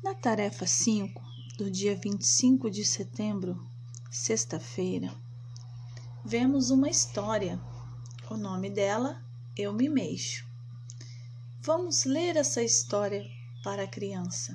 Na tarefa 5, do dia 25 de setembro, sexta-feira, vemos uma história. O nome dela, Eu Me Mexo. Vamos ler essa história para a criança.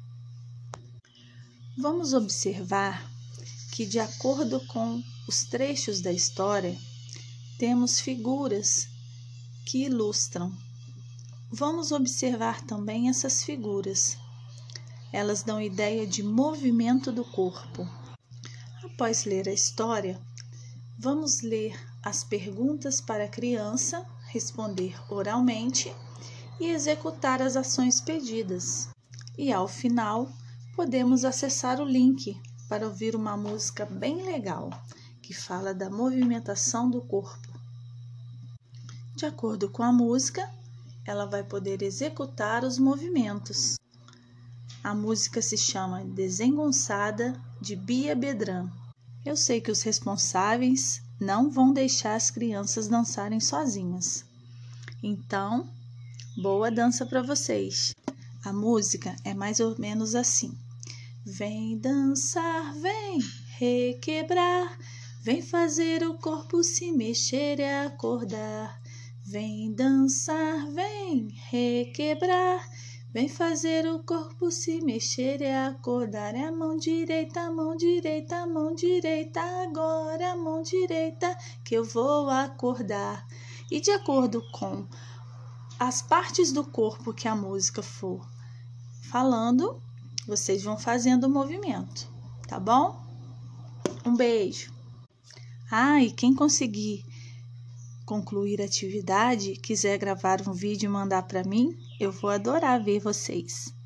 Vamos observar que, de acordo com os trechos da história, temos figuras que ilustram. Vamos observar também essas figuras. Elas dão ideia de movimento do corpo. Após ler a história, vamos ler as perguntas para a criança, responder oralmente e executar as ações pedidas. E ao final, podemos acessar o link para ouvir uma música bem legal que fala da movimentação do corpo. De acordo com a música, ela vai poder executar os movimentos. A música se chama Desengonçada, de Bia Bedran. Eu sei que os responsáveis não vão deixar as crianças dançarem sozinhas. Então, boa dança para vocês. A música é mais ou menos assim. Vem dançar, vem requebrar, vem fazer o corpo se mexer e acordar. Vem dançar, vem requebrar, vem fazer o corpo se mexer e acordar. É a mão direita, a mão direita, a mão direita, agora a mão direita que eu vou acordar. E de acordo com as partes do corpo que a música for falando, vocês vão fazendo o movimento, tá bom? Um beijo! E quem conseguir concluir a atividade, quiser gravar um vídeo e mandar para mim, eu vou adorar ver vocês.